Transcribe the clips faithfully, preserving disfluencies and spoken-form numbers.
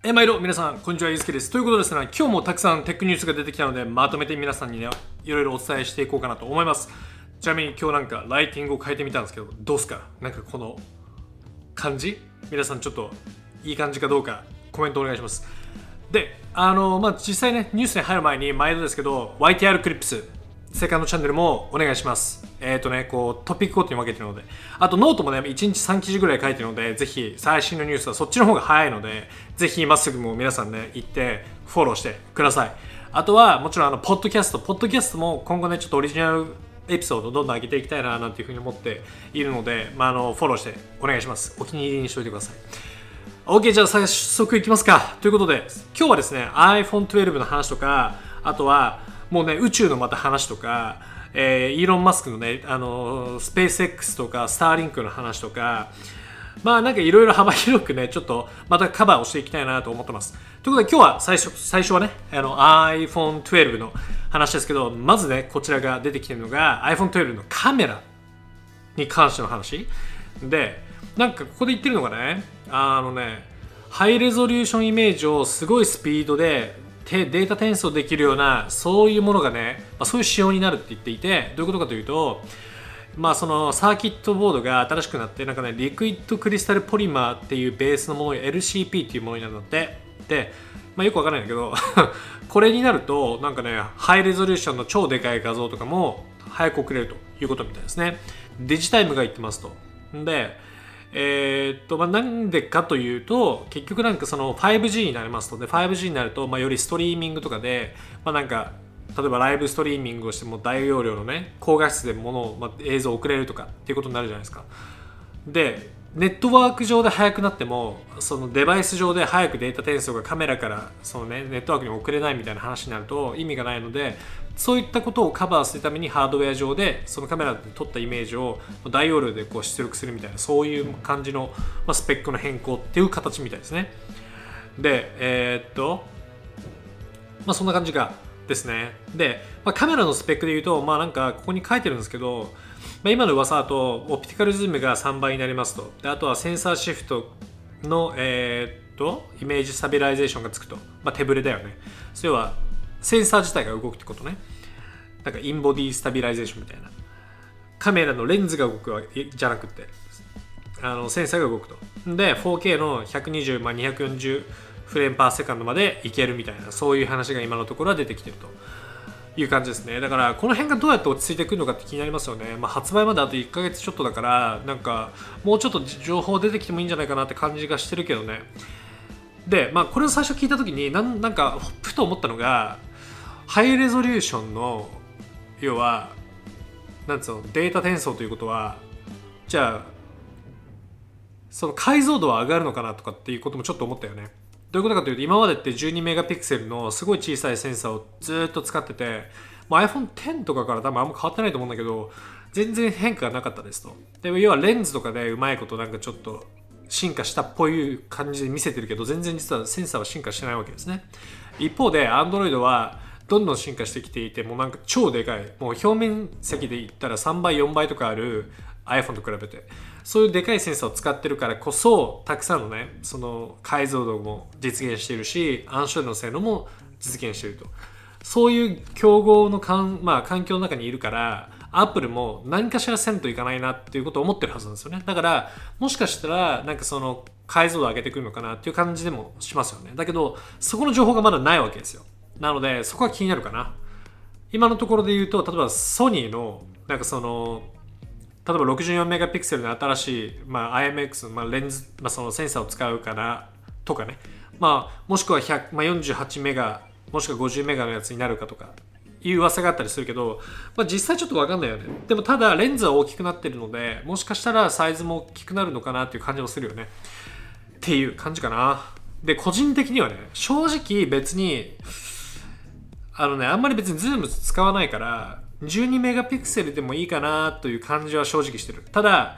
え、毎度、皆さん、こんにちは、ゆうすけです。ということでですね、今日もたくさんテックニュースが出てきたので、まとめて皆さんにね、いろいろお伝えしていこうかなと思います。ちなみに今日なんか、ライティングを変えてみたんですけど、どうすか？なんかこの感じ？皆さんちょっといい感じかどうか、コメントお願いします。で、あの、まあ、実際ね、ニュースに入る前に、毎度ですけど、ワイティーアール クリップス、セカンドチャンネルもお願いします。えっ、ー、とね、こう、トピックごとに分けてるので。あと、ノートもね、いちにちさん記事ぐらい書いてるので、ぜひ、最新のニュースはそっちの方が早いので、ぜひ、今すぐもう皆さんね、行って、フォローしてください。あとは、もちろん、あの、ポッドキャスト、ポッドキャストも今後ね、ちょっとオリジナルエピソードをどんどん上げていきたいな、なんていうふうに思っているので、まあ、あの、フォローしてお願いします。お気に入りにしておいてください。OK、じゃあ早速いきますか。ということで、今日はですね、アイフォントゥエルブ の話とか、あとは、もうね、宇宙のまた話とか、えー、イーロン・マスクのね、あのスペース X とか、スターリンクの話とか、まあなんかいろいろ幅広くね、ちょっとまたカバーをしていきたいなと思ってます。ということで今日は最初、最初はね、あの アイフォントゥエルブ の話ですけど、まずね、こちらが出てきてるのが アイフォントゥエルブ のカメラに関しての話。で、なんかここで言ってるのがね、あのね、ハイレゾリューションイメージをすごいスピードでデータ転送できるようなそういうものがね、まあ、そういう仕様になるって言っていて、どういうことかというと、まあ、そのサーキットボードが新しくなってなんかね、リクイッドクリスタルポリマーっていうベースのものに エルシーピー っていうものになるので、で、まあ、よくわからないんだけどこれになるとなんかね、ハイレゾリューションの超でかい画像とかも早く送れるということみたいですね。デジタイムが言ってますと。でえーっとまあ、なんでかというと、結局なんかその ファイブジー になりますので、ファイブジー になると、まあ、よりストリーミングとかで、まあ、なんか例えばライブストリーミングをしても大容量のね、高画質でものを、まあ、映像を送れるとかっていうことになるじゃないですか。で、ネットワーク上で速くなっても、そのデバイス上で早くデータ転送がカメラからその、ね、ネットワークに送れないみたいな話になると意味がないので、そういったことをカバーするためにハードウェア上でそのカメラで撮ったイメージを大容量でこう出力するみたいな、そういう感じの、まあ、スペックの変更っていう形みたいですね。で、えー、っと、まあ、そんな感じがですね。で、まあ、カメラのスペックで言うと、まあなんかここに書いてるんですけど、まあ、今の噂だとオプティカルズームがさんばいになりますと。で、あとはセンサーシフトの、えー、っとイメージスタビライゼーションがつくと。まあ、手ぶれだよね。それはセンサー自体が動くってことね。なんかインボディスタビライゼーションみたいな。カメラのレンズが動くわけじゃなくて、あのセンサーが動くと。で、フォーケー のひゃくにじゅう、まあ、にひゃくよんじゅうフレームパーセカンドまでいけるみたいな、そういう話が今のところは出てきてるという感じですね。だからこの辺がどうやって落ち着いてくるのかって気になりますよね。まあ、発売まであといっかげつちょっとだから、なんかもうちょっと情報出てきてもいいんじゃないかなって感じがしてるけどね。で、まあ、これを最初聞いた時になん、なんかふと思ったのが、ハイレゾリューションの要はなんつうの、データ転送ということは、じゃあその解像度は上がるのかなとかっていうこともちょっと思ったよね。どういうことかというと、今までってじゅうにメガピクセルのすごい小さいセンサーをずっと使ってて、もう アイフォンテン とかから多分あんま変わってないと思うんだけど、全然変化がなかったですと。で要はレンズとかでうまいことなんかちょっと進化したっぽい感じで見せてるけど、全然実はセンサーは進化してないわけですね。一方で Android はどんどん進化してきていて、もうなんか超でかい、もう表面積で言ったらさんばいよんばいとかある iPhone と比べて、そういうでかいセンサーを使ってるからこそ、たくさんのね、その解像度も実現しているし、暗証の性能も実現していると。そういう競合のかん、まあ、環境の中にいるから、アップルも何かしらせんといかないなっていうことを思ってるはずなんですよね。だからもしかしたらなんかその解像度を上げてくるのかなっていう感じでもしますよね。だけどそこの情報がまだないわけですよ。なのでそこは気になるかな。今のところで言うと、例えばソニーのなんかその例えばろくじゅうよんメガピクセルの新しい、まあ、アイエムエックス、まあ、レンズ、まあ、そのセンサーを使うかなとかね、まあ、もしくはひゃく、まあ、よんじゅうはちメガもしくはごじゅうメガのやつになるかとかいう噂があったりするけど、まあ、実際ちょっと分かんないよね。でもただレンズは大きくなってるので、もしかしたらサイズも大きくなるのかなっていう感じもするよねっていう感じかな。で個人的にはね、正直別にあのね、あんまり別にズーム使わないからじゅうにメガピクセルでもいいかなという感じは正直してる。ただ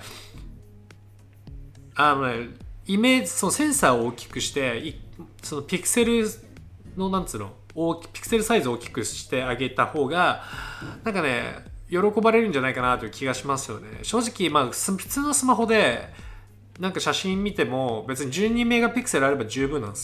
あのね、イメージ、そのセンサーを大きくしてそのピクセルのなんつうの大きピクセルサイズを大きくしてあげた方がなんかね、喜ばれるんじゃないかなという気がしますよね。正直、まあ、普通のスマホでなんか写真見ても別にじゅうにメガピクセルあれば十分なんですよ。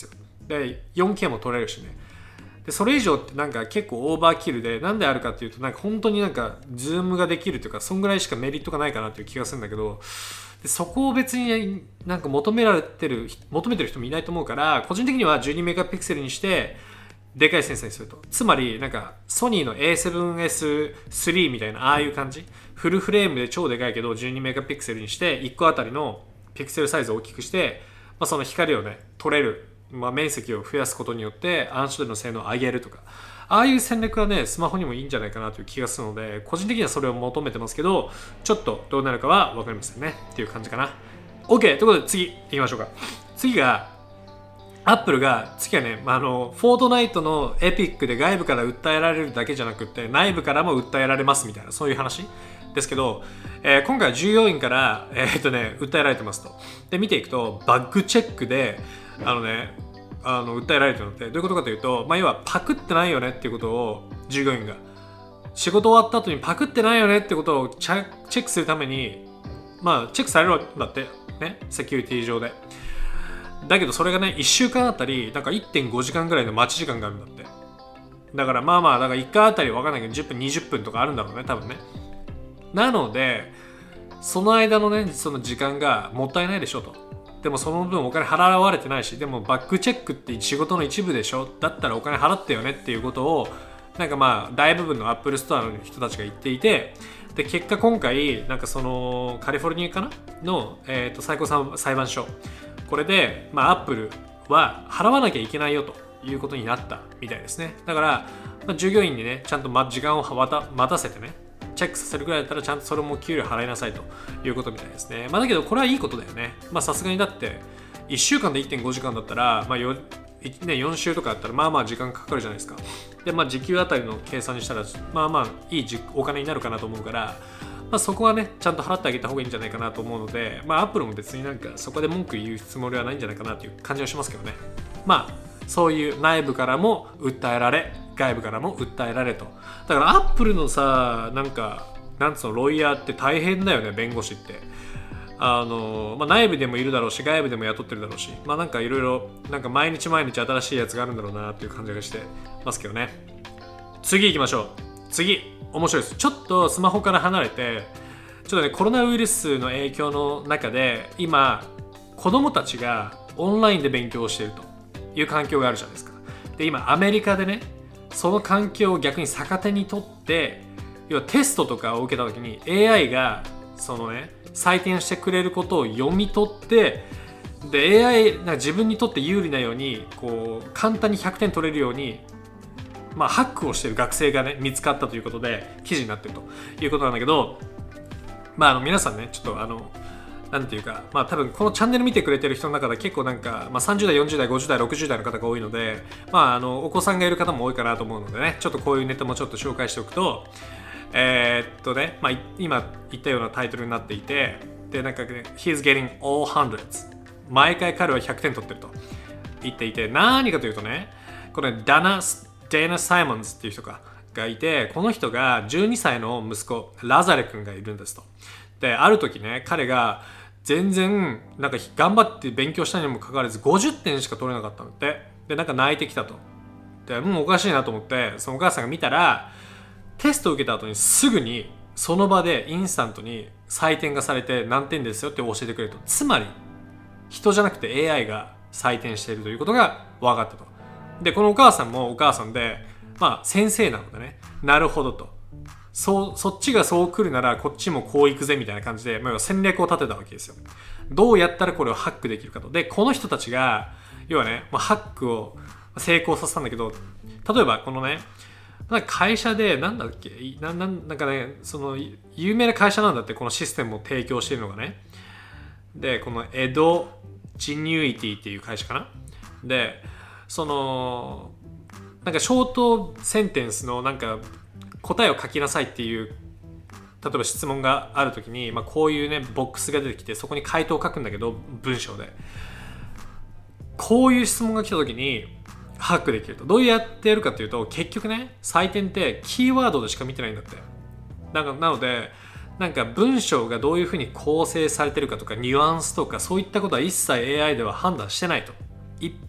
で よんケー も撮れるしね。でそれ以上ってなんか結構オーバーキルで、なんであるかっていうと、なんか本当になんかズームができるというか、そんぐらいしかメリットがないかなという気がするんだけど、でそこを別になんか求められてる求めてる人もいないと思うから、個人的にはじゅうにメガピクセルにしてでかいセンサーにすると。つまりなんかソニーの エーセブンエススリー みたいなああいう感じ、フルフレームで超でかいけどじゅうにメガピクセルにしていっこあたりのピクセルサイズを大きくして、まあ、その光をね取れる、まあ、面積を増やすことによって暗視度の性能を上げるとか、ああいう戦略はねスマホにもいいんじゃないかなという気がするので、個人的にはそれを求めてますけど、ちょっとどうなるかは分かりませんねっていう感じかな。 OK ということで次行きましょうか。次がアップルが次はね、まあ、あのフォートナイトのエピックで外部から訴えられるだけじゃなくて内部からも訴えられますみたいな、そういう話ですけど、えー、今回は従業員から、えーっとね、訴えられてますと。で見ていくとバッグチェックであのねあの訴えられてるのってどういうことかというと、まあ、要はパクってないよねっていうことを従業員が仕事終わった後にパクってないよねってことをチェックするために、まあチェックされるんだってね、セキュリティ上で。だけどそれがねいっしゅうかんあたりなんか いってんごじかんぐらいの待ち時間があるんだって。だからまあまあだからいっかいあたりわかんないけどじゅっぷんにじゅっぷんとかあるんだろうね多分ね。なのでその間のねその時間がもったいないでしょと。でもその分お金払われてないし、でもバックチェックって仕事の一部でしょ、だったらお金払ってよねっていうことをなんかまあ大部分のアップルストアの人たちが言っていて、で結果今回なんかそのカリフォルニアかなの、えー、と最高裁判所、これでまあアップルは払わなきゃいけないよということになったみたいですね。だから、まあ、従業員にねちゃんと時間を待た待たせてねチェックさせるぐらいだったらちゃんとそれも給料払いなさいということみたいですね。まあだけどこれはいいことだよね。まあさすがにだっていっしゅうかんで いってんごじかんだったら、まあよね、よん週とかだったらまあまあ時間かかるじゃないですか。でまあ時給あたりの計算にしたらまあまあいいお金になるかなと思うから、まあ、そこはねちゃんと払ってあげた方がいいんじゃないかなと思うので、まあアップルも別になんかそこで文句言うつもりはないんじゃないかなという感じはしますけどね。まあそういう内部からも訴えられ外部からも訴えられと。だからアップルのさなんかなんつうのロイヤーって大変だよね、弁護士って。あの、まあ、内部でもいるだろうし外部でも雇ってるだろうし、まあなんかいろいろなんか毎日毎日新しいやつがあるんだろうなっていう感じがしてますけどね。次行きましょう。次面白いです。ちょっとスマホから離れてちょっとねコロナウイルスの影響の中で今子供たちがオンラインで勉強をしているという環境があるじゃないですか。で今アメリカでねその環境を逆に逆手にとって要はテストとかを受けた時に エーアイ がそのね採点してくれることを読み取ってで エーアイ なんか自分にとって有利なようにこう簡単にひゃくてん取れるように、まあ、ハックをしている学生がね見つかったということで記事になっているということなんだけど、まああの皆さんねちょっとあのなんていうか、まあ多分このチャンネル見てくれてる人の中で結構なんか、まあ、さんじゅう代、よんじゅう代、ごじゅう代、ろくじゅう代の方が多いので、まああのお子さんがいる方も多いかなと思うのでね、ちょっとこういうネタもちょっと紹介しておくと、えー、っとね、まあ今言ったようなタイトルになっていて、でなんかね、He's getting all hundreds。毎回彼はひゃくてん取ってると言っていて、何かというとね、これダナ、デーナ・サイモンズっていう人がいて、この人がじゅうにさいの息子、ラザレ君がいるんですと。で、ある時ね、彼が全然なんか頑張って勉強したにもかかわらずごじゅってんしか取れなかったのって。でなんか泣いてきたと。でもうおかしいなと思ってそのお母さんが見たらテストを受けた後にすぐにその場でインスタントに採点がされて何点ですよって教えてくれると。つまり人じゃなくて エーアイ が採点しているということが分かったと。でこのお母さんもお母さんでまあ先生なのでね、なるほどと。そ, そっちがそう来るならこっちもこう行くぜみたいな感じで、まあ、戦略を立てたわけですよ。どうやったらこれをハックできるかと。でこの人たちが要はね、まあ、ハックを成功させたんだけど、例えばこのねなんか会社でなんだっけな な, なんかねその有名な会社なんだって、このシステムを提供しているのがね。でこのエド・ジニュイティっていう会社かな。でそのなんかショートセンテンスのなんか答えを書きなさいっていう例えば質問があるときに、まあ、こういうねボックスが出てきてそこに回答を書くんだけど文章でこういう質問が来たときにハックできると。どうやってやるかというと結局ね採点ってキーワードでしか見てないんだって。なんかなのでなんか文章がどういうふうに構成されてるかとかニュアンスとかそういったことは一切 エーアイ では判断してないと。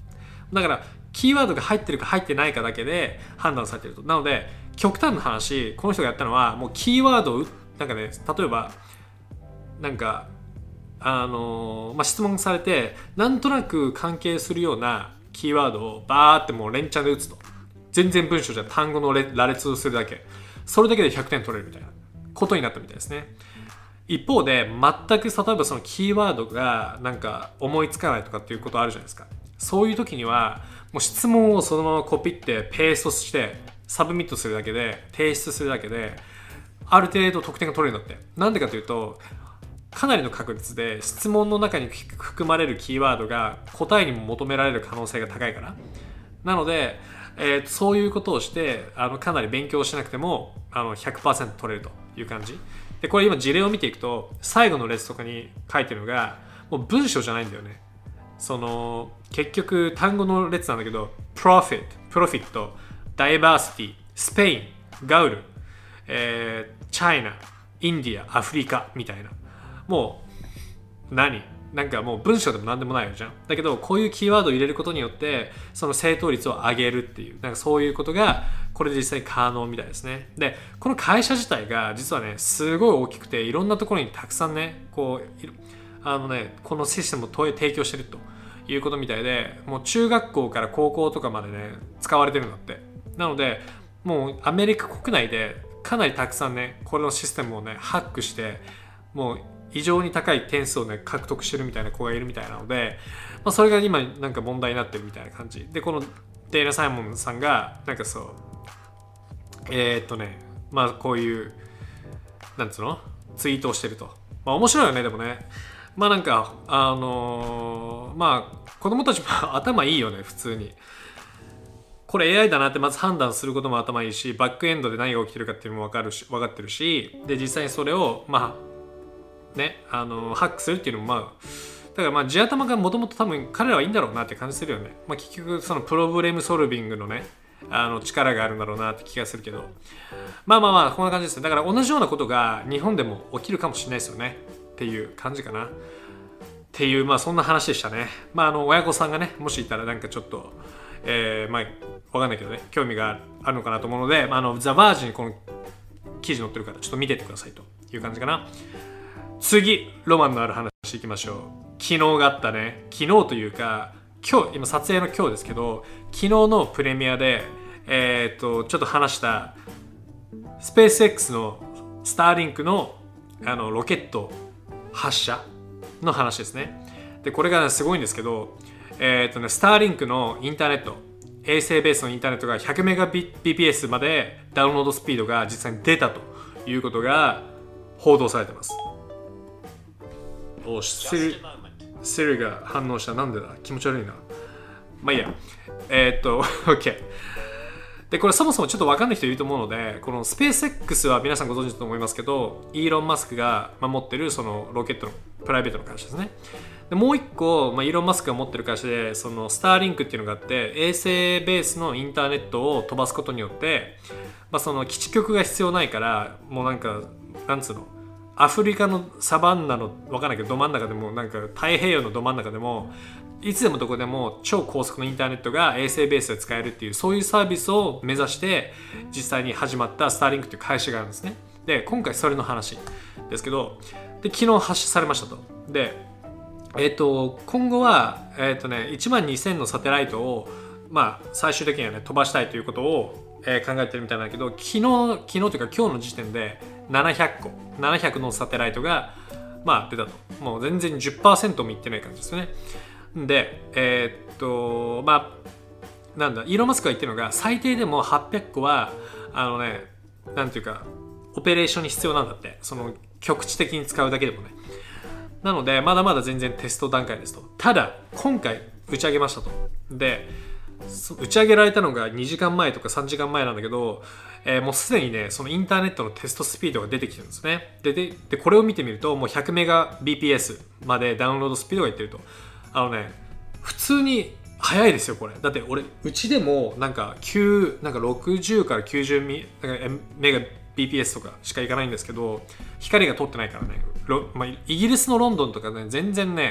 だからキーワードが入ってるか入ってないかだけで判断されてると。なので極端な話、この人がやったのはもうキーワードをなんかね、例えばなんかあのーまあ、質問されてなんとなく関係するようなキーワードをバーってもう連チャンで打つと、全然文章じゃ単語の羅列をするだけ、それだけでひゃくてん取れるみたいなことになったみたいですね。一方で全く例えばそのキーワードがなんか思いつかないとかっていうことあるじゃないですか。そういう時にはもう質問をそのままコピってペーストしてサブミットするだけで、提出するだけである程度得点が取れるんだって。なんでかというと、かなりの確率で質問の中に含まれるキーワードが答えにも求められる可能性が高いから。なので、えー、そういうことをしてあのかなり勉強しなくてもあの ひゃくパーセント 取れるという感じで、これ今事例を見ていくと最後の列とかに書いてるのがもう文章じゃないんだよね。その結局単語の列なんだけど、 profit、 profit、 diversity、 スペイン、ガウル、えー、チャイナ、インディア、アフリカみたいな、もう何なんかもう文章でも何でもないよじゃん。だけどこういうキーワードを入れることによってその正答率を上げるっていう、なんかそういうことがこれで実際可能みたいですね。でこの会社自体が実はねすごい大きくて、いろんなところにたくさんねこうあのねこのシステムを提供してるということみたいで、もう中学校から高校とかまでね使われてるんだって。なのでもうアメリカ国内でかなりたくさんねこのシステムをねハックしてもう異常に高い点数をね獲得してるみたいな子がいるみたいなので、まあ、それが今なんか問題になってるみたいな感じで、このデイナ・サイモンさんがなんかそうえー、っとねまあこういうなんつうのツイートをしてると。まあ面白いよね。でもねまあなんかあのー、まあ子供たちも頭いいよね普通に。これ エーアイ だなってまず判断することも頭いいし、バックエンドで何が起きてるかっていうのも分かるし分かってるし、で実際にそれをまあね、あのハックするっていうのもまあだからまあ地頭がもともと多分彼らはいいんだろうなって感じするよね。まあ結局そのプロブレムソルビングのねあの力があるんだろうなって気がするけど、まあまあまあこんな感じですね。だから同じようなことが日本でも起きるかもしれないですよねっていう感じかなっていう、まあそんな話でしたね。まああの親御さんがねもしいたらなんかちょっとえー、まあわかんないけどね興味があるのかなと思うので、まあ、あのザ・バージにこの記事載ってるからちょっと見ててくださいという感じかな。次ロマンのある話いきましょう。昨日があったね、昨日というか今日、今撮影の今日ですけど、昨日のプレミアでえー、っとちょっと話したスペース X のスターリンクのあのロケット発射の話ですね。でこれが、ね、すごいんですけど、えー、っとねスターリンクのインターネット、衛星ベースのインターネットが ひゃくメガビーピーエス までダウンロードスピードが実際に出たということが報道されてます。おシルシルが反応した。なんでだ、気持ち悪いな。まあいいや。えー、っと OK でこれそもそもちょっと分かんない人いると思うので、このスペース X は皆さんご存知だと思いますけど、イーロン・マスクが持ってるそのロケットのプライベートの会社ですね。でもう一個、まあ、イーロン・マスクが持ってる会社でそのスターリンクっていうのがあって、衛星ベースのインターネットを飛ばすことによって、まあ、その基地局が必要ないから、もうなんかなんつうのアフリカのサバンナの分かんないけどど真ん中でもなんか太平洋のど真ん中でもいつでもどこでも超高速のインターネットが衛星ベースで使えるっていう、そういうサービスを目指して実際に始まったスターリンクっていう会社があるんですね。で今回それの話ですけど、で昨日発射されましたと。でえっ、ー、と今後は、えーとね、いちまんにせんのサテライトを、まあ、最終的には、ね、飛ばしたいということを、えー、考えてるみたいなんだけど、昨日昨日というか今日の時点でななひゃっこななひゃくのサテライトが、まあ、出たと。もう全然 じゅっパーセント もいってない感じですよね。でえー、っとまあなんだイーロン・マスクが言ってるのが、最低でもはっぴゃっこはあのねなんていうかオペレーションに必要なんだって。その局地的に使うだけでもね。なのでまだまだ全然テスト段階ですと。ただ今回打ち上げましたと。で打ち上げられたのがにじかんまえとかさんじかんまえなんだけど、えー、もうすでにねそのインターネットのテストスピードが出てきてるんですね。でででこれを見てみるともう ひゃくメガビーピーエス までダウンロードスピードがいってると。あのね普通に速いですよこれ。だって俺うちでもなんかきゅうなんかろくじゅうからきゅうじゅうメガビーピーエス とかしかいかないんですけど、光が通ってないからね、まあ、イギリスのロンドンとかね全然ね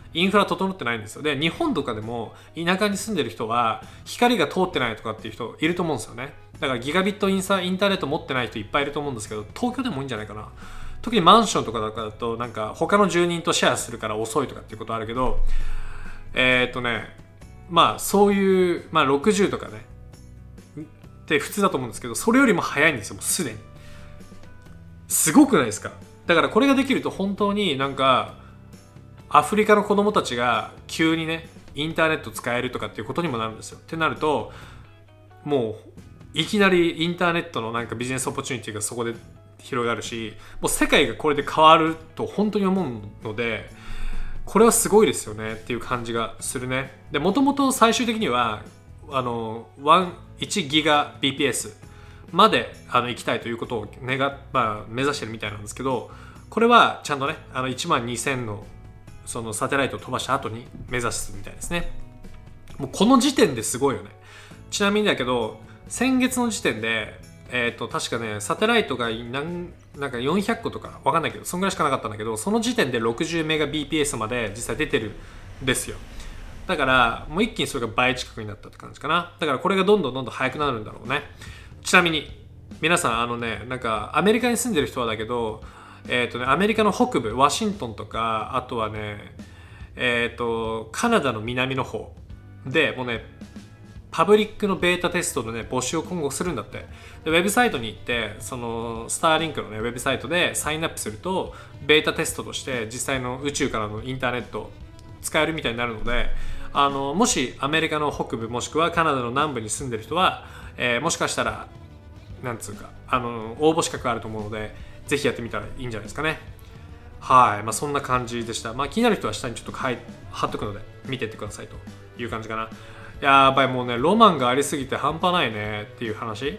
インフラ整ってないんですよ。で、日本とかでも田舎に住んでる人は光が通ってないとかっていう人いると思うんですよね。だからギガビットインサインターネット持ってない人いっぱいいると思うんですけど、東京でもいいんじゃないかな。特にマンションとかだとなんか他の住人とシェアするから遅いとかっていうことあるけど、えー、っとねまあそういう、まあ、ろくじゅうとかねって普通だと思うんですけど、それよりも早いんですよ。もうすでにすごくないですか。だからこれができると本当になんかアフリカの子供たちが急にねインターネット使えるとかっていうことにもなるんですよ。ってなるともういきなりインターネットのなんかビジネスオポチュニティがそこで広がるし、もう世界がこれで変わると本当に思うので、これはすごいですよねっていう感じがするね。で、もともと最終的にはあのいちギガ ビーピーエス まであの行きたいということを願、まあ、目指してるみたいなんですけど、これはちゃんとねあのいちまんにせんのそのサテライトを飛ばした後に目指すみたいですね。もうこの時点ですごいよね。ちなみにだけど先月の時点でえー、と確かねサテライトがなんなんかよんひゃっことか分かんないけどそんぐらいしかなかったんだけど、その時点でろくじゅうメガビーピーエス まで実際出てるんですよ。だからもう一気にそれが倍近くになったって感じかな。だからこれがどんどんどんどん速くなるんだろうね。ちなみに皆さんあのねなんかアメリカに住んでる人はだけど、えーとね、アメリカの北部ワシントンとかあとはねえーとカナダの南の方でもうねパブリックのベータテストのね募集を今後するんだって。でウェブサイトに行ってそのスターリンクのねウェブサイトでサインアップするとベータテストとして実際の宇宙からのインターネット使えるみたいになるので、あのもしアメリカの北部もしくはカナダの南部に住んでる人は、えー、もしかしたらなんつうかあの応募資格あると思うのでぜひやってみたらいいんじゃないですかね。はい、まあ、そんな感じでした。まあ、気になる人は下にちょっと貼っとくので見てってくださいという感じかな。やばいもうねロマンがありすぎて半端ないねっていう話。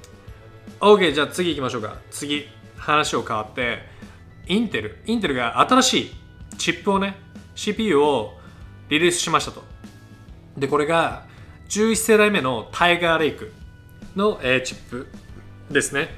OK じゃあ次行きましょうか。次話を変わってインテルインテルが新しいチップをね シーピーユー をリリースしましたと。でこれがじゅういち世代目のタイガーレイクの、えー、チップですね。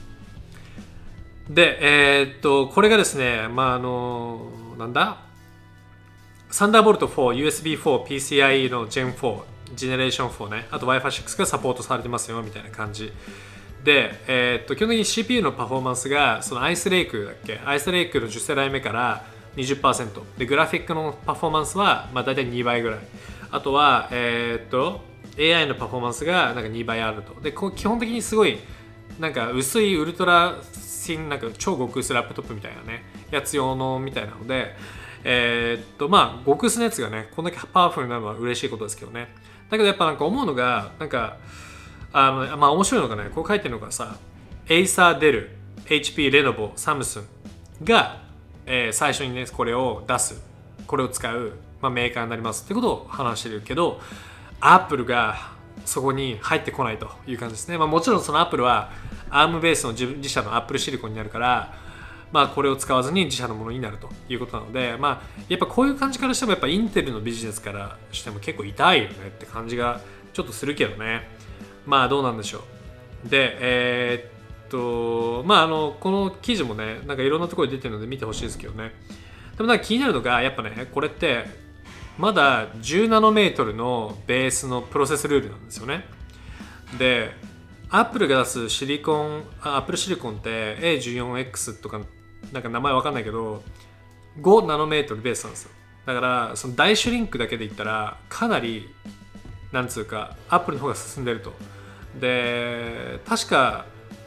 でえー、っとこれがですねまああのなんだサンダーボルトフォー、ユーエスビーフォー、ピーシーアイ の ジェンフォー、ジェネレーションフォーね、あと ワイファイシックス がサポートされてますよみたいな感じで、えー、っと基本的に シーピーユー のパフォーマンスがそのアイスレイクだっけ、アイスレイクのじゅう世代目から にじゅっパーセント で、グラフィックのパフォーマンスはまあ大体にばいぐらい、あとは、えー、っと エーアイ のパフォーマンスがなんかにばいあると。で基本的にすごいなんか薄いウルトラシンなんか超極薄ラップトップみたいなねやつ用のみたいなので、えー、っとまあ極薄のやつがねこんだけパワフルになるのは嬉しいことですけどね。だけどやっぱなんか思うのがなんかあのまあ面白いのがね、こう書いてるのがさ、エイサー、デル、エイチピー、レノボ、サムスンが、えー、最初にねこれを出す、これを使う、まあ、メーカーになりますってことを話してるけど、アップルがそこに入ってこないという感じですね。まあ、もちろんそのアップルは アーム ベースの自自社のアップルシリコンになるから、まあ、これを使わずに自社のものになるということなので、まあ、やっぱこういう感じからしてもやっぱインテルのビジネスからしても結構痛いよねって感じがちょっとするけどね。まあどうなんでしょう。でえー、っとまああのこの記事もねなんかいろんなところで出てるので見てほしいですけどね。でもなんか気になるのがやっぱね、これってまだじゅうナノメートルのベースのプロセスルールなんですよね。でアップルが出すシリコン、アップルシリコンって エーじゅうよんエックス とかなんか名前わかんないけどごナノメートルベースなんですよ。だからその大シュリンクだけで言ったらかなりなんつうかアップルの方が進んでると。で確か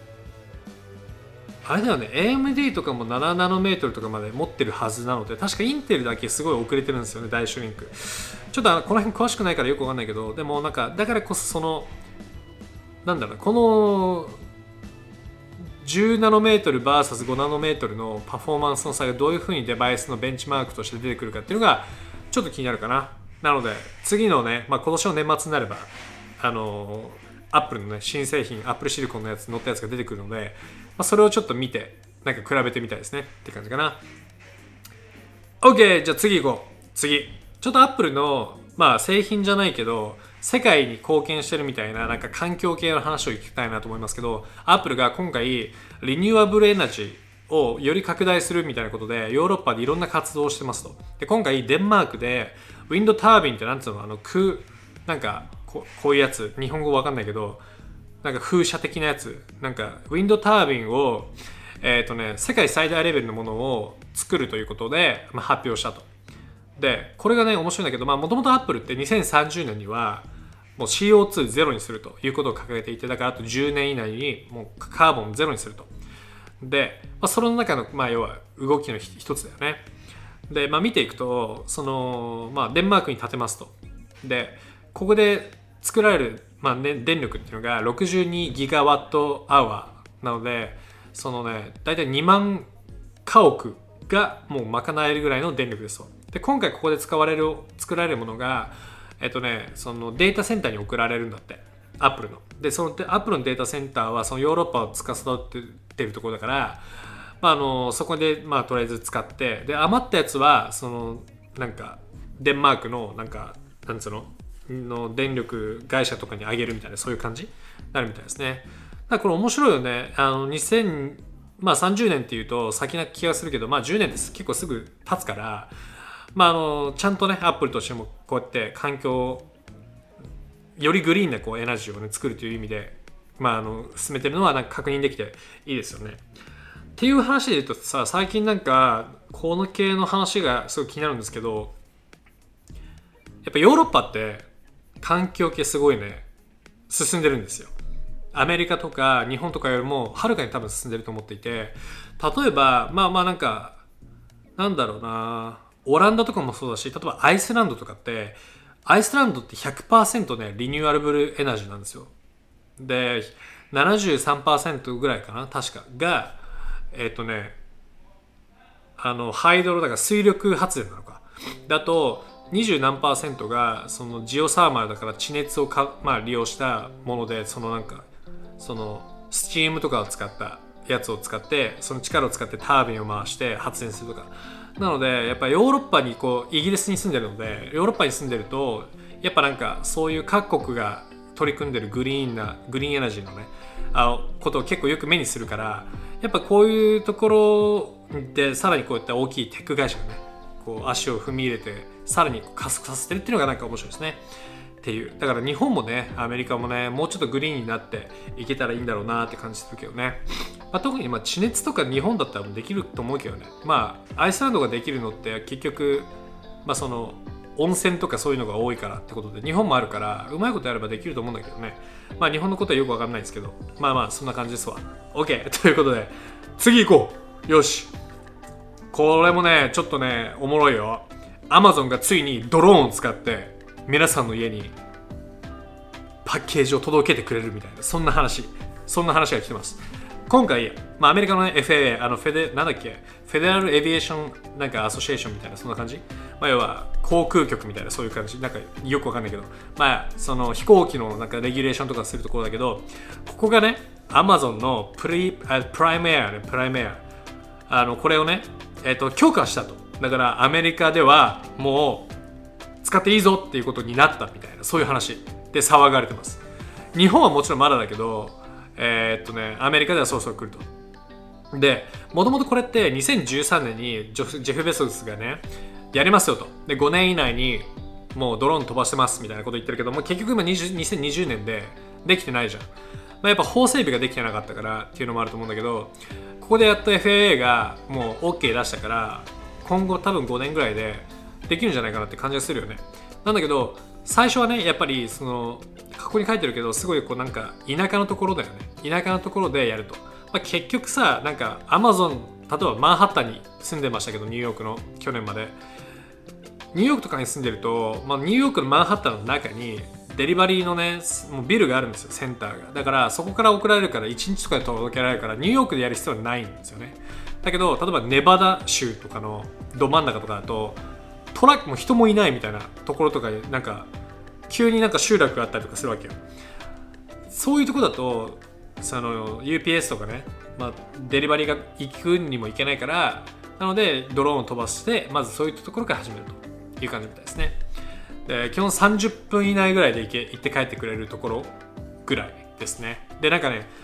あれだよね、 エーエムディー とかもななナノメートルとかまで持ってるはずなので、確かインテルだけすごい遅れてるんですよね、大シュリンク。ちょっとこの辺詳しくないからよくわかんないけど、でもなんかだからこそそのなんだろう、このじゅうナノメートル ブイエスごナノメートルのパフォーマンスの差がどういう風にデバイスのベンチマークとして出てくるかっていうのがちょっと気になるかな。なので次のね、まあ、今年の年末になればあのアップルのね新製品、アップルシリコンのやつ乗ったやつが出てくるので、まあ、それをちょっと見てなんか比べてみたいですねって感じかな。 OK じゃあ次行こう。次ちょっとアップルのまあ製品じゃないけど世界に貢献してるみたいななんか環境系の話を聞きたいなと思いますけど、アップルが今回リニューアブルエナジをより拡大するみたいなことでヨーロッパでいろんな活動をしてますと。で今回デンマークでウィンドタービンってなんつうの、あの空なんかこう、こういうやつ、日本語わかんないけどなんか風車的なやつ、なんかウィンドタービンをえっとね世界最大レベルのものを作るということで、まあ、発表したと。でこれがね面白いんだけど、もともとアップルってにせんさんじゅうねんにはもう シーオーツー ゼロにするということを掲げていて、だからあとじゅうねん以内にもうカーボンゼロにすると。で、まあ、その中の、まあ、要は動きの一つだよね。で、まあ、見ていくとその、まあ、デンマークに建てますと。でここで作られる、まあね、電力っていうのがろくじゅうにギガワットアワーなので、そのねだいたいにまんかおくがもう賄えるぐらいの電力ですと。で今回ここで使われる作られるものがえっとねそのデータセンターに送られるんだって、アップルの。でそのアップルのデータセンターはそのヨーロッパを司ってるところだから、まあ、あのそこでまあとりあえず使って、で余ったやつはそのなんかデンマークのなんかなんつうのの電力会社とかにあげるみたいな、そういう感じになるみたいですね。だからこれ面白いよね。あのにせんさんじゅうねんっていうと先な気がするけど、まあじゅうねんです結構すぐ経つから、まあ、あのちゃんとねアップルとしてもこうやって環境よりグリーンなこうエナジーを、ね、作るという意味で、まあ、あの進めてるのはなんか確認できていいですよね。っていう話で言うとさ、最近なんかこの系の話がすごい気になるんですけど、やっぱヨーロッパって環境系すごいね進んでるんですよ。アメリカとか日本とかよりもはるかに多分進んでると思っていて、例えばまあまあなんかなんだろうな、オランダとかもそうだし、例えばアイスランドとかって、アイスランドって ひゃくパーセント ねリニューアルブルエナジーなんですよ。で ななじゅうさんパーセント ぐらいかな確かがえっ、ー、とねあのハイドロだから水力発電なのかだとにじゅうなんパーセントがそのジオサーマルだから地熱をか、まあ、利用したもので、そのなんかそのスチームとかを使ったやつを使ってその力を使ってタービンを回して発電するとか。なのでやっぱりヨーロッパにこうイギリスに住んでるので、ヨーロッパに住んでるとやっぱなんかそういう各国が取り組んでるグリーンなグリーンエナジーのねあことを結構よく目にするから、やっぱこういうところでさらにこういった大きいテック会社がねこう足を踏み入れてさらに加速させてるっていうのがなんか面白いですねっていう。だから日本もねアメリカもねもうちょっとグリーンになっていけたらいいんだろうなって感じするけどね。まあ、特にまあ地熱とか日本だったらできると思うけどね。まあアイスランドができるのって結局まあその温泉とかそういうのが多いからってことで、日本もあるからうまいことやればできると思うんだけどね。まあ日本のことはよくわかんないですけど、まあまあそんな感じですわ。 OK ということで次行こう。よし、これもねちょっとねおもろいよ。 Amazon がついにドローンを使って皆さんの家にパッケージを届けてくれるみたいな、そんな話そんな話が来てます。今回、まあ、アメリカの、ね、エフエーエー、あのフェデなんだっけフェデラルエビエーションなんかアソシエーションみたいなそんな感じ、まあ、要は航空局みたいなそういう感じ、なんかよくわかんないけど、まあその飛行機のなんかレギュレーションとかするところだけど、ここがね Amazon のプリあプライムエアねプライムエアあのこれをねえっ、ー、と許可したと。だからアメリカではもう使っていいぞっていうことになったみたいな、そういう話で騒がれてます。日本はもちろんまだだけどえー、っとねアメリカではそろそろ来ると。でもともとこれってにせんじゅうさんねんにジェジェフ・ベソスがねやりますよと。でごねん以内にもうドローン飛ばしてますみたいなこと言ってるけども、結局今にせんにじゅうねんでできてないじゃん。まあ、やっぱ法整備ができてなかったからっていうのもあると思うんだけど、ここでやっと エフエーエー がもう OK 出したから今後多分ごねんぐらいでできるんじゃないかなって感じがするよね。なんだけど最初はねやっぱりそのここに書いてるけどすごいこうなんか田舎のところだよね。田舎のところでやると、まあ、結局さなんかアマゾン例えばマンハッタンに住んでましたけどニューヨークの去年までニューヨークとかに住んでると、まあ、ニューヨークのマンハッタンの中にデリバリーのねもうビルがあるんですよ、センターが。だからそこから送られるからいちにちとかで届けられるからニューヨークでやる必要はないんですよね。だけど例えばネバダ州とかのど真ん中とかだとトラックも人もいないみたいなところとかでなんか急になんか集落があったりとかするわけよ。そういうところだとその ユーピーエス とかね、まあ、デリバリーが行くにも行けないから、なのでドローンを飛ばしてまずそういったところから始めるという感じみたいですね。で基本さんじゅっぷん以内ぐらいで行け行って帰ってくれるところぐらいですね。でなんかね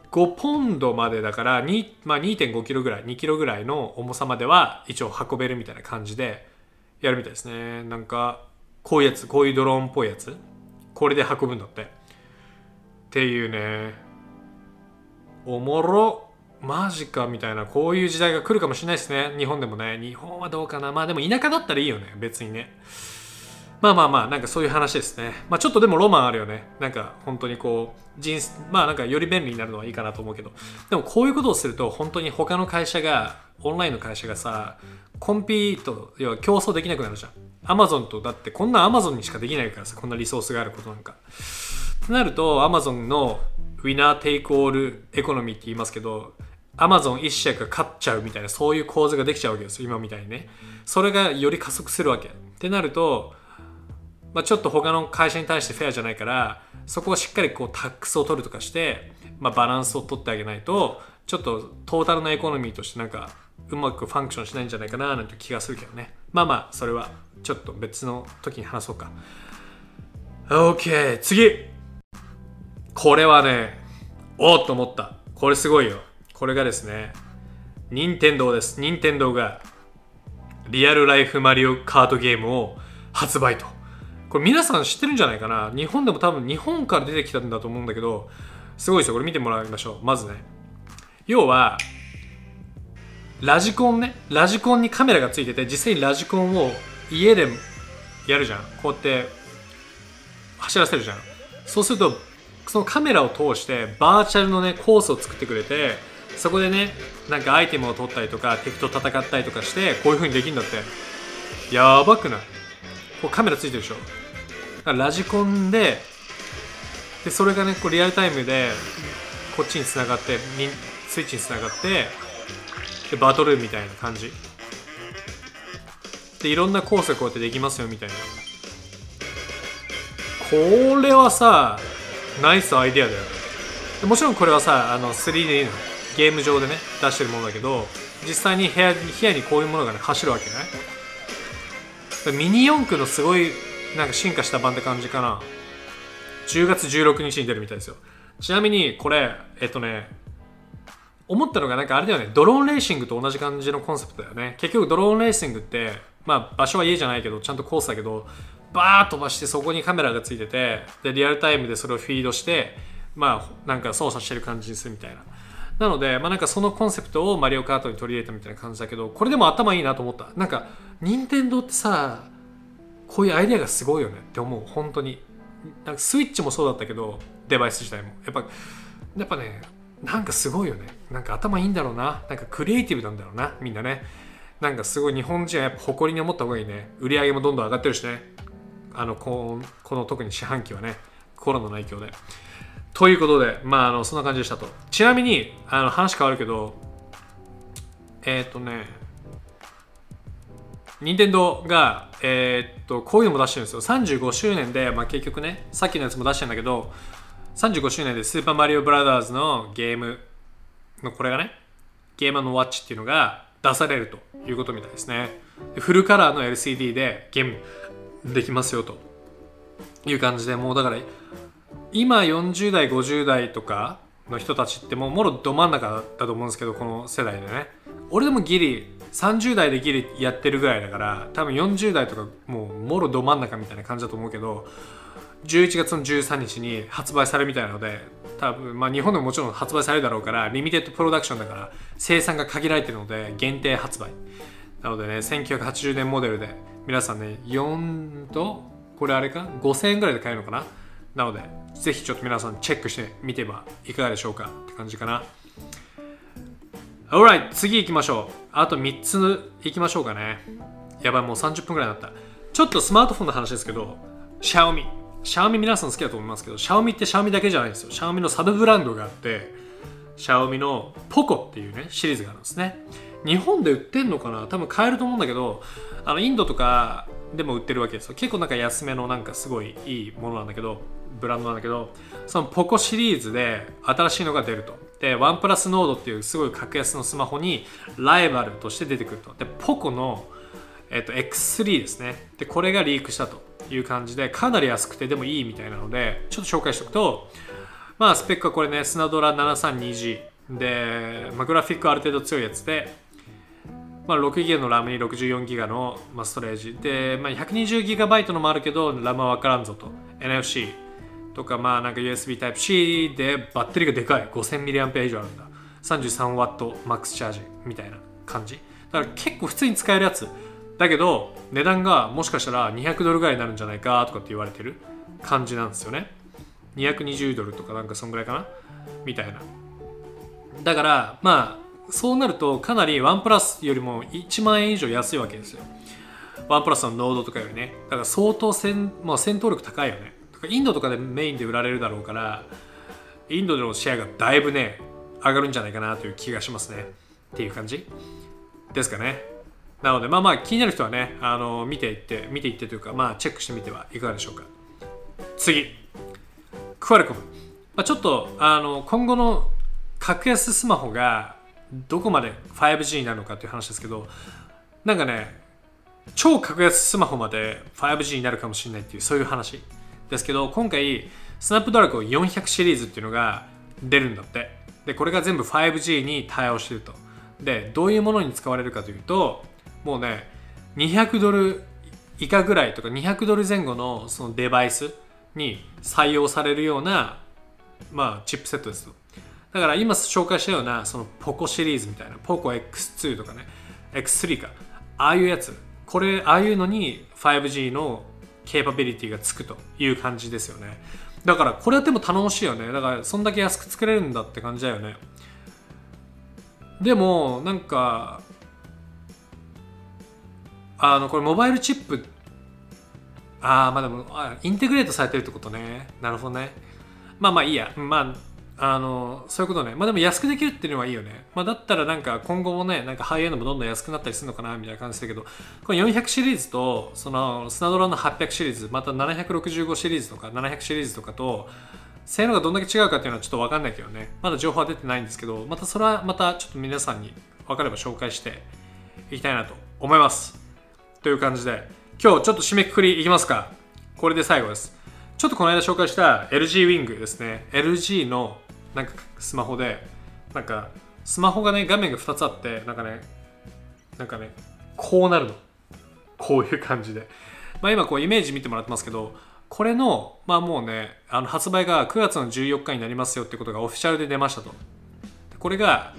ごポンドまでだからに、まあ、にてんごキロぐらいにキロぐらいの重さまでは一応運べるみたいな感じでやるみたいですね。なんかこういうやつ、こういうドローンっぽいやつ、これで運ぶんだってっていうね。おもろマジかみたいな、こういう時代が来るかもしれないですね。日本でもね。日本はどうかな。まあでも田舎だったらいいよね、別にね。まあまあまあ、なんかそういう話ですね。まあちょっとでもロマンあるよね。なんか本当にこう人生、まあなんかより便利になるのはいいかなと思うけど、でもこういうことをすると本当に他の会社が、オンラインの会社がさ、コンピート、要は競争できなくなるじゃん。アマゾンと、だってこんなアマゾンにしかできないからさ、こんなリソースがあることなんか。となるとアマゾンのウィナーテイクオールエコノミーって言いますけど、アマゾン一社が勝っちゃうみたいな、そういう構図ができちゃうわけですよ、今みたいにね。それがより加速するわけってなると、まあ、ちょっと他の会社に対してフェアじゃないから、そこはしっかりこうタックスを取るとかして、まあ、バランスを取ってあげないと、ちょっとトータルなエコノミーとしてなんかうまくファンクションしないんじゃないかななんて気がするけどね。まあまあそれはちょっと別の時に話そうか。 OK、 次これはね、おーっと思った。これすごいよ。これがですね、任天堂です。任天堂がリアルライフマリオカートゲームを発売と。これ皆さん知ってるんじゃないかな。日本でも多分日本から出てきたんだと思うんだけど、すごいですよ。これ見てもらいましょう。まずね、要はラジコンね、ラジコンにカメラがついてて、実際にラジコンを家でやるじゃん。こうやって走らせるじゃん。そうするとそのカメラを通してバーチャルのねコースを作ってくれて、そこでねなんかアイテムを取ったりとか敵と戦ったりとかして、こういう風にできるんだって。やばくない？こうカメラついてるでしょ。だからラジコンで、でそれがねこうリアルタイムでこっちに繋がって、スイッチに繋がって、でバトルみたいな感じで、いろんなコースがこうやってできますよみたいな。これはさナイスアイデアだよね。もちろんこれはさ、あの スリーディー のゲーム上でね出してるものだけど、実際に部屋部屋にこういうものがね走るわけね。ミニ四駆のすごいなんか進化した版って感じかな。じゅうがつじゅうろくにちに出るみたいですよ。ちなみにこれえっとね思ったのが、なんかあれだよね、ドローンレーシングと同じ感じのコンセプトだよね。結局ドローンレーシングってまあ場所は家じゃないけどちゃんとコースだけど、バーッ飛ばしてそこにカメラがついてて、でリアルタイムでそれをフィードしてまあなんか操作してる感じにするみたいな。なのでまあなんかそのコンセプトをマリオカートに取り入れたみたいな感じだけど、これでも頭いいなと思った。なんか任天堂ってさ、こういうアイデアがすごいよねって思う。本当になんかスイッチもそうだったけど、デバイス自体もやっぱやっぱね、なんかすごいよね。なんか頭いいんだろうな。なんかクリエイティブなんだろうな、みんなね。なんかすごい日本人はやっぱ誇りに思った方がいいね。売り上げもどんどん上がってるしね。あのここの特に四半期はね、コロナの影響で。ということで、まああのそんな感じでしたと。ちなみにあの話変わるけど、えっ、ー、とね、任天堂がえー、っとこういうのも出してるんですよ。さんじゅうごしゅうねんで、まあ結局ね、さっきのやつも出してるんだけど、さんじゅうごしゅうねんでスーパーマリオブラザーズのゲームのこれがね、ゲームのワッチっていうのが出されるということみたいですね。でフルカラーの エルシーディー でゲームできますよという感じで、もうだから今よんじゅう代ごじゅう代とかの人たちってもうもろど真ん中だったと思うんですけど、この世代でね。俺でもギリさんじゅう代でギリやってるぐらいだから、多分よんじゅう代とかもうもろど真ん中みたいな感じだと思うけど、じゅういちがつのじゅうさんにちに発売されるみたいなので、多分まあ日本でももちろん発売されるだろうから、リミテッドプロダクションだから生産が限られてるので限定発売なのでね、せんきゅうひゃくはちじゅうねんモデルで皆さんね、よんとこれあれかごせんえんぐらいで買えるのかな。なのでぜひちょっと皆さんチェックしてみてはいかがでしょうかって感じかな。Alright、 次行きましょう。あとみっつ行きましょうかね。やばい、もうさんじゅっぷんぐらいになった。ちょっとスマートフォンの話ですけど、Xiaomi Xiaomi 皆さん好きだと思いますけど、Xiaomi って Xiaomi だけじゃないんですよ。Xiaomi のサブブランドがあって、Xiaomi の Poco っていうねシリーズがあるんですね。日本で売ってんのかな、多分買えると思うんだけど、あのインドとかでも売ってるわけですよ。結構なんか安めのなんかすごいいいものなんだけど、ブランドなんだけど、その Poco シリーズで新しいのが出ると。で OnePlus Nord っていうすごい格安のスマホにライバルとして出てくると。で Poco の、えっと、エックススリー ですね。でこれがリークしたという感じで、かなり安くてでもいいみたいなので、ちょっと紹介しておくと、 まあスペックはこれね、スナドラ ななさんにジー で、まあ、グラフィックある程度強いやつで、まあ、ろくギガのラムに ろくじゅうよんギガの、まあ、ストレージで、まあ、ひゃくにじゅうギガバイトのもあるけどラムは分からんぞと エヌエフシー とか、まあなんか ユーエスビー タイプ C でバッテリーがでかい ごせんミリアンペア 以上あるんだ。さんじゅうさんワットマックスチャージみたいな感じだから結構普通に使えるやつだけど値段がもしかしたらにひゃくドルぐらいになるんじゃないかとかって言われてる感じなんですよね。にひゃくにじゅうドルとかなんかそんぐらいかなみたいな。だからまあそうなるとかなりワンプラスよりもいちまんえん以上安いわけですよ。ワンプラスのノードとかよりね。だから相当戦、まあ、戦闘力高いよね。だからインドとかでメインで売られるだろうからインドでのシェアがだいぶね上がるんじゃないかなという気がしますねっていう感じですかね。なのでまあまあ気になる人はねあの見ていって見ていってというかまあチェックしてみてはいかがでしょうか。次クアルコム、まあ、ちょっとあの今後の格安スマホがどこまで ファイブジー になるのかっていう話ですけどなんかね超格安スマホまで ファイブジー になるかもしれないっていうそういう話ですけど今回スナップドラゴンよんひゃくシリーズっていうのが出るんだって。でこれが全部 ファイブジー に対応してると。でどういうものに使われるかというともうねにひゃくドル以下ぐらいとかにひゃくドル前後のそのデバイスに採用されるようなまあチップセットですと。だから今紹介したようなそのポコシリーズみたいなポコ エックスツー とかね エックススリー かああいうやつこれああいうのに ファイブジー のケーパビリティがつくという感じですよね。だからこれはでも頼もしいよね。だからそんだけ安く作れるんだって感じだよね。でもなんかあのこれモバイルチップああまあでもあインテグレートされてるってことね。なるほどね。まあまあいいや。まああのそういうことね。まあでも安くできるっていうのはいいよね。まあだったらなんか今後もねなんかハイエンドもどんどん安くなったりするのかなみたいな感じだけどこれよんひゃくシリーズとそのスナドラのはっぴゃくシリーズまたななひゃくろくじゅうごシリーズとかななひゃくシリーズとかと性能がどんだけ違うかっていうのはちょっと分かんないけどねまだ情報は出てないんですけどまたそれはまたちょっと皆さんに分かれば紹介していきたいなと思います。という感じで今日ちょっと締めくくりいきますか。これで最後です。ちょっとこの間紹介した エルジー ウィングですね。 エルジー のなんかスマホでなんかスマホがね画面がふたつあってなんかねなんかねこうなるのこういう感じでまあ今こうイメージ見てもらってますけどこれのまあもうねあの発売がくがつのじゅうよっかになりますよってことがオフィシャルで出ましたと。これが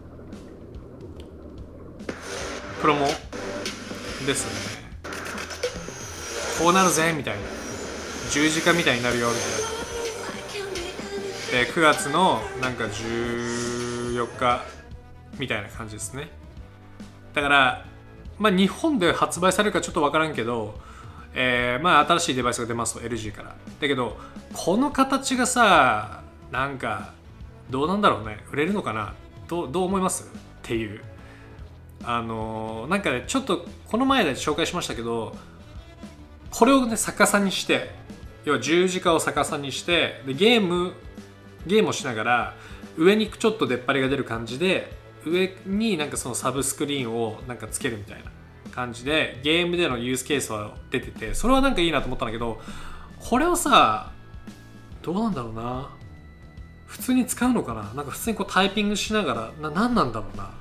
プロモですね。こうなるぜみたいな十字架みたいになるよみたいなでくがつのなんかじゅうよっかみたいな感じですね。だからまあ日本で発売されるかちょっと分からんけど、えー、まあ新しいデバイスが出ますと エルジー からだけどこの形がさなんかどうなんだろうね売れるのかなど う, どう思いますっていうあのー、なんかねちょっとこの前で紹介しましたけどこれをね逆さにして要は十字架を逆さにしてでゲームゲームをしながら上にちょっと出っ張りが出る感じで上になんかそのサブスクリーンをなんかつけるみたいな感じでゲームでのユースケースは出ててそれはなんかいいなと思ったんだけどこれをさどうなんだろうな普通に使うのかななんか普通にこうタイピングしながらな何なんだろうな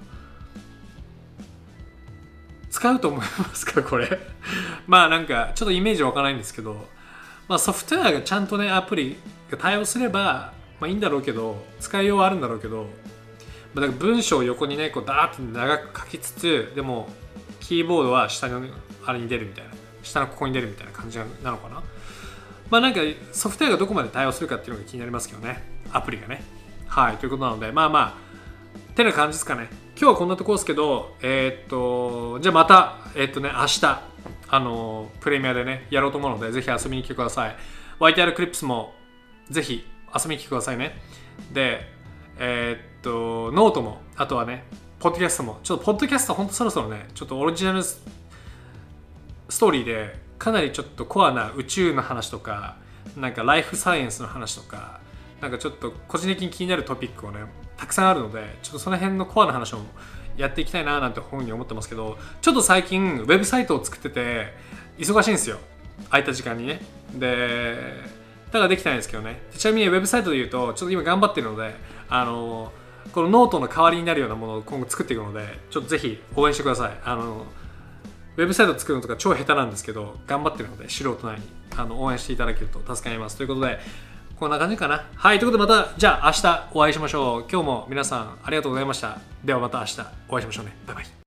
使うと思いますかこれまあなんかちょっとイメージわからないんですけどまあソフトウェアがちゃんとねアプリが対応すればまあいいんだろうけど使いようはあるんだろうけど、まあ、だから文章を横にねこうダーッと長く書きつつでもキーボードは下のあれに出るみたいな下のここに出るみたいな感じなのかな。まあなんかソフトウェアがどこまで対応するかっていうのが気になりますけどねアプリがね。はいということなのでまあまあてな感じですかね。今日はこんなところですけどえー、っとじゃあまたえー、っとね明日あのプレミアでねやろうと思うのでぜひ遊びに来てください。ワイティーアール クリップスもぜひ遊びに来てくださいね。で、えー、っと、ノートも、あとはね、ポッドキャストも、ちょっとポッドキャストほんとそろそろね、ちょっとオリジナルストーリーで、かなりちょっとコアな宇宙の話とか、なんかライフサイエンスの話とか、なんかちょっと個人的に気になるトピックをね、たくさんあるので、ちょっとその辺のコアな話をやっていきたいななんてふうに思ってますけど、ちょっと最近、ウェブサイトを作ってて、忙しいんですよ。空いた時間にね。で、 だからできてないんですけどね。ちなみにウェブサイトで言うと、ちょっと今頑張ってるので、あのこのノートの代わりになるようなものを今後作っていくので、ちょっとぜひ応援してください。あのウェブサイト作るのとか超下手なんですけど、頑張ってるので、素人なりにあの応援していただけると助かります。ということで、こんな感じかな。はい、ということでまた、じゃあ明日お会いしましょう。今日も皆さんありがとうございました。ではまた明日お会いしましょうね。バイバイ。